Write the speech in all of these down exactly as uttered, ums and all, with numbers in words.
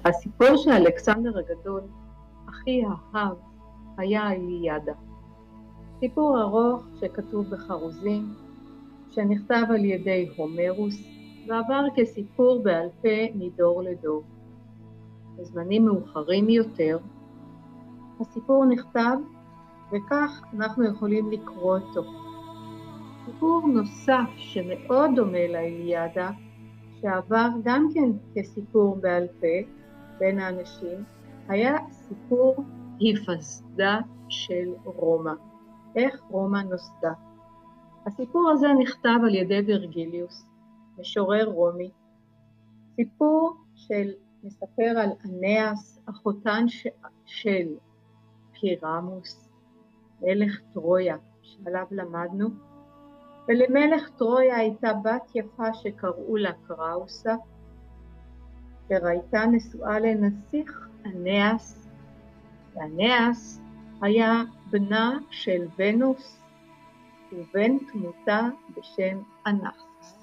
הסיפור שאלכסנדר הגדול הכי אהב היה האיליאדה. סיפור ארוך שכתוב בחרוזים, שנכתב על ידי הומרוס, ועבר כסיפור בעל פה מדור לדור. בזמנים מאוחרים יותר, הסיפור נכתב, וכך אנחנו יכולים לקרוא אותו. סיפור נוסף שמאוד דומה לאיליאדה, שעבר גם כן כסיפור בעל פה בין האנשים, היה סיפור היווסדה של רומא. איך רומא נוסדה. הסיפור הזה נכתב על ידי ורגליוס, משורר רומי. סיפור של מספר על אנאס, אחותן ש... של פירמוס, מלך טרויה, שעליו למדנו. ולמלך טרויה הייתה בת יפה שקראו לה קראוסה, וראיתה נשואה לנסיך אנאס, ואנאס היה בנה של ונוס, ובן תמותה בשם אנחסוס.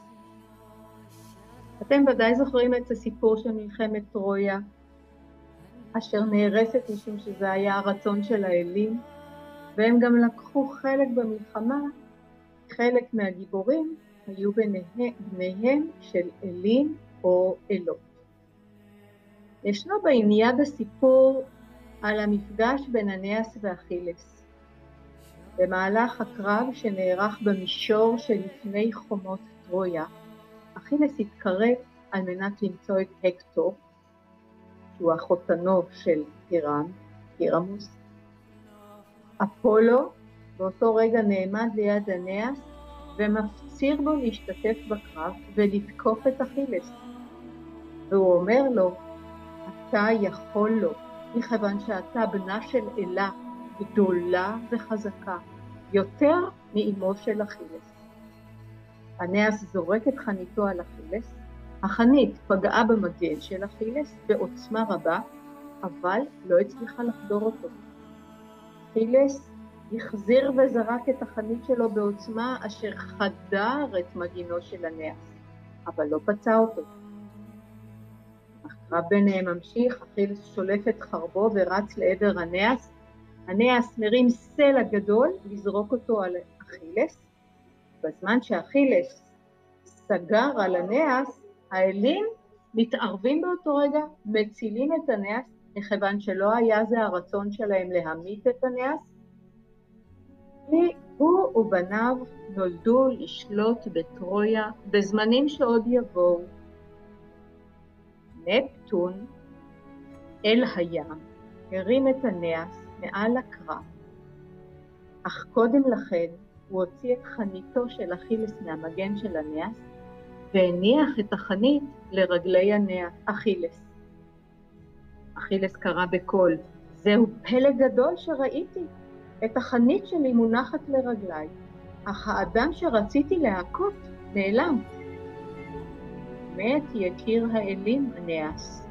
אתם ודאי זוכרים את הסיפור של מלחמת טרויה, אשר נהרסת משום שזה היה הרצון של האלים, והם גם לקחו חלק במלחמה. חלק מהגיבורים היו ביניהם, ביניהם של אלים או אלות. ישנו באיליאדה סיפור על המפגש בין אנאס ואכילס. במהלך הקרב שנערך במישור שלפני חומות טרויה, אכילס התקרב על מנת למצוא את הקטור, שהוא החותנו של פירם, פירמוס. אפולו באותו רגע נעמד ליד אנאס ומפציר בו להשתתף בקרב ולתקוף את אכילס. והוא אומר לו, אתה יכול לו, מכיוון שאתה בנה של אלה גדולה וחזקה, יותר מאמו של אכילס. אנאס זורק את חניתו על אכילס, החנית פגעה במגן של אכילס בעוצמה רבה, אבל לא הצליחה לחדור אותו. אכילס החזיר וזרק את החנית שלו בעוצמה אשר חדר את מגינו של אנאס, אבל לא פצע אותו. הקרב ביניהם ממשיך, אכילס שולף את חרבו ורץ לעבר אנאס. אנאס מרים סלע גדול לזרוק אותו על אכילס. בזמן שאכילס סגר על אנאס, האלים מתערבים באותו רגע, מצילים את אנאס, מכיוון שלא היה זה הרצון שלהם להמית את אנאס. הוא ובניו נולדו לשלוט בטרויה בזמנים שעוד יבואו. נפטון, אל הים, הרים את אנאס מעל הקרב, אך קודם לכן הוא הוציא את חניתו של אכילס מהמגן של אנאס, והניח את החנית לרגלי אכילס. אכילס קרא בקול, זהו פלא גדול שראיתי, את החנית שלי מונחת לרגלי, אך האדם שרציתי להכות נעלם. מת יקיר האלים אנאס.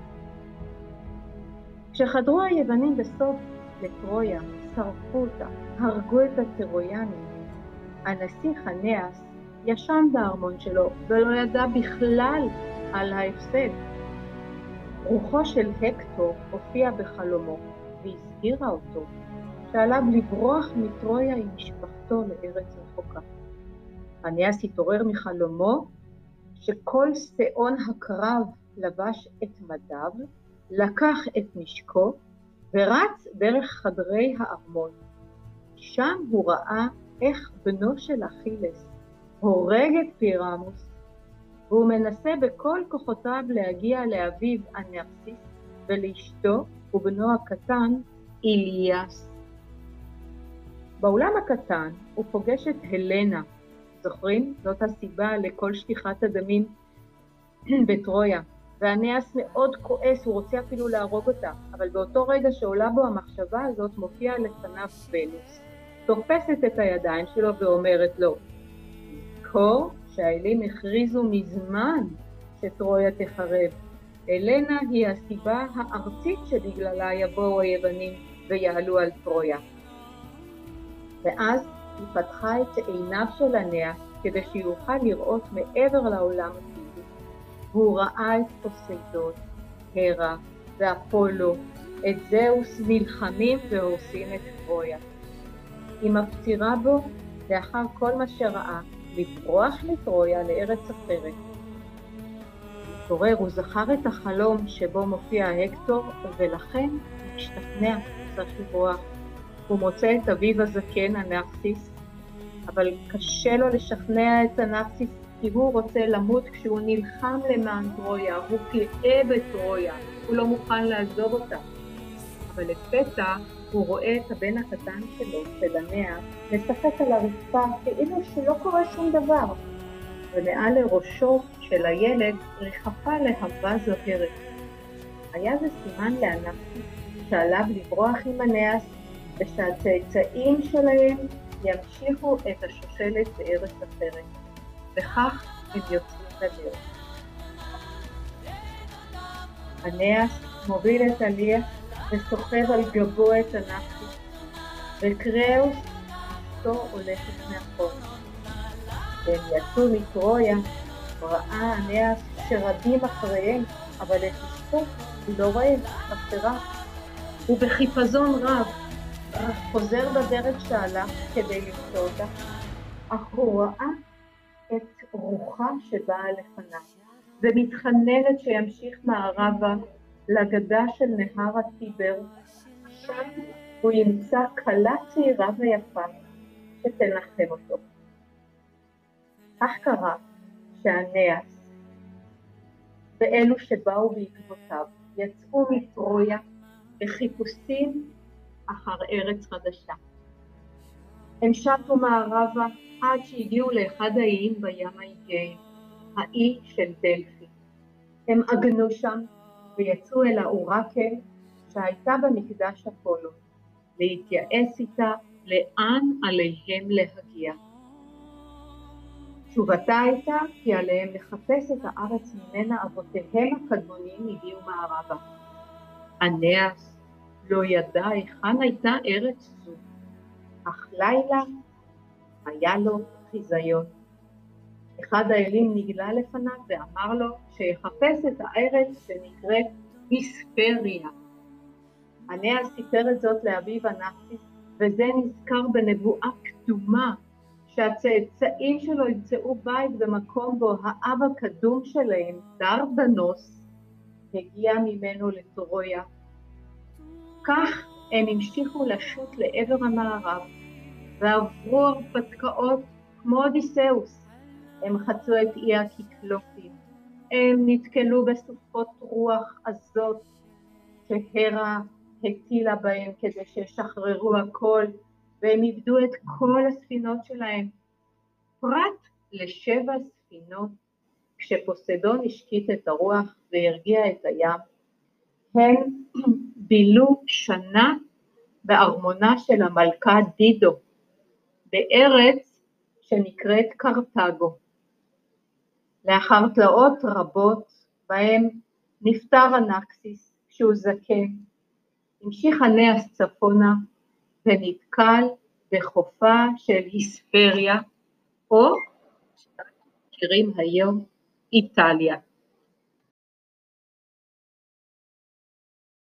כשחדרו היוונים בסוף לטרויה, שרפו אותה, הרגו את הטרויאנים. הנסיך אנאס ישן בארמון שלו ולא ידע בכלל על ההפסד. רוחו של הקטור הופיע בחלומו והזכירה אותו שעליו לברוח מטרויה עם משפחתו לארץ רחוקה. אנאס התעורר מחלומו שכל שאון הקרב לבש את מדיו, לקח את נשקו ורץ דרך חדרי הארמון. שם הוא ראה איך בנו של אכילס הורג את פירמוס, והוא מנסה בכל כוחותיו להגיע לאביו אנרסיס ולאשתו ובנו הקטן איליאס. באולם הקטן הוא פוגש את הלנה, זוכרים? זאת הסיבה לכל שפיכת הדמים בטרויה. ואנאס מאוד כועס, הוא רוצה אפילו להרוג אותה, אבל באותו רגע שעולה בו המחשבה הזאת מופיע לפניו ונוס, תופסת את הידיים שלו ואומרת לו, זכור שהאלים הכריזו מזמן שטרויה תחרב. הלנה היא הסיבה הארצית שבגללה יבואו היוונים ויעלו על טרויה. ואז היא פתחה את עיניו של אנאס כדי שיוכל לראות מעבר לעולם הפיזי. והוא ראה את פוסיידון, הרה ואפולו, את זהוס נלחמים והורסים את טרויה. היא מפצירה בו לאחר כל מה שראה, לברוח לטרויה לארץ אחרת. מתעורר, הוא זכר את החלום שבו מופיע הקטור, ולכן הוא משתכנע, צריך לברוח. הוא מוצא את אביו הזקן, הנרסיס, אבל קשה לו לשכנע את הנרסיס, כי הוא רוצה למות כשהוא נלחם למען טרויה, הוא גאה בטרויה, הוא לא מוכן לעזוב אותה. אבל לפתע הוא רואה את הבן הקטן שלו, פלנאה, משחק על הרצפה כאילו שלא קורה שום דבר, ומעל לראשו של הילד ריחפה להבה זוהרת. היה זה סימן לאנרסיס שעליו לברוח עם אנאס, ושהצאצאים שלהם ימשיכו את השושלת בארץ אחרת. וכך הם יוצאים לדרך. אנאס מוביל את עליה וסוחב על גבו את הנרסיס, וקראוס אשתו הולכת מאחור. והם יצאו מטרויה, ראה אנאס שרבים אחריהם, אבל את אשתו הוא לא רואה, חסרה. הוא בחיפזון רב חוזר בדרך שהלך כדי למצוא אותה, אך הוא ראה את רוחה שבאה לפניו, ומתחננת שימשיך מערבה לגדה של נהר הטיבר, שם הוא ימצא כלה צעירה ויפה שתנחם אותו. כך קרה שאנאס ואלו שבאו בעקבותיו יצאו מטרויה בחיפושים אחר ארץ חדשה. הם שטו מערבה עד שהגיעו לאחד האיים בים האיגאי, האי של דלפי. הם עגנו שם ויצאו אל האורקל שהייתה במקדש אפולו, להתייעץ איתה לאן עליהם להגיע. תשובתה הייתה כי עליהם לחפש את הארץ ממנה אבותיהם הקדמונים הגיעו מערבה. אנאס לא ידע היכן הייתה ארץ זו, אך לילה היה לו חיזיון. אחד האלים נגלה לפניו ואמר לו שיחפש את הארץ שנקראת היספריה. אנאס סיפר את זאת לאביו הנרסיס, וזה נזכר בנבואה קדומה שהצאצאים שלו ימצאו בית במקום בו האב הקדום שלהם, דרדנוס, הגיע ממנו לטרויה. כך הם המשיכו לשוט לעבר המערב, ועברו הרפתקאות כמו אודיסאוס. הם חצו את אי הקיקלופים, הם נתקלו בסופות רוח עזות שהרה הטילה בהם כדי שישחררו הכל, והם איבדו את כל הספינות שלהם, פרט לשבע ספינות. כשפוסדון השקיט את הרוח והרגיע את הים, הם בילו שנה בארמונה של המלכה דידו, בארץ שנקראת קרתגו. לאחר תלאות רבות בהם נפטר אנקסיס כשהוא זקן, המשיך אנאס צפונה ונתקל בחופה של היספריה, או שמכירים היום איטליה.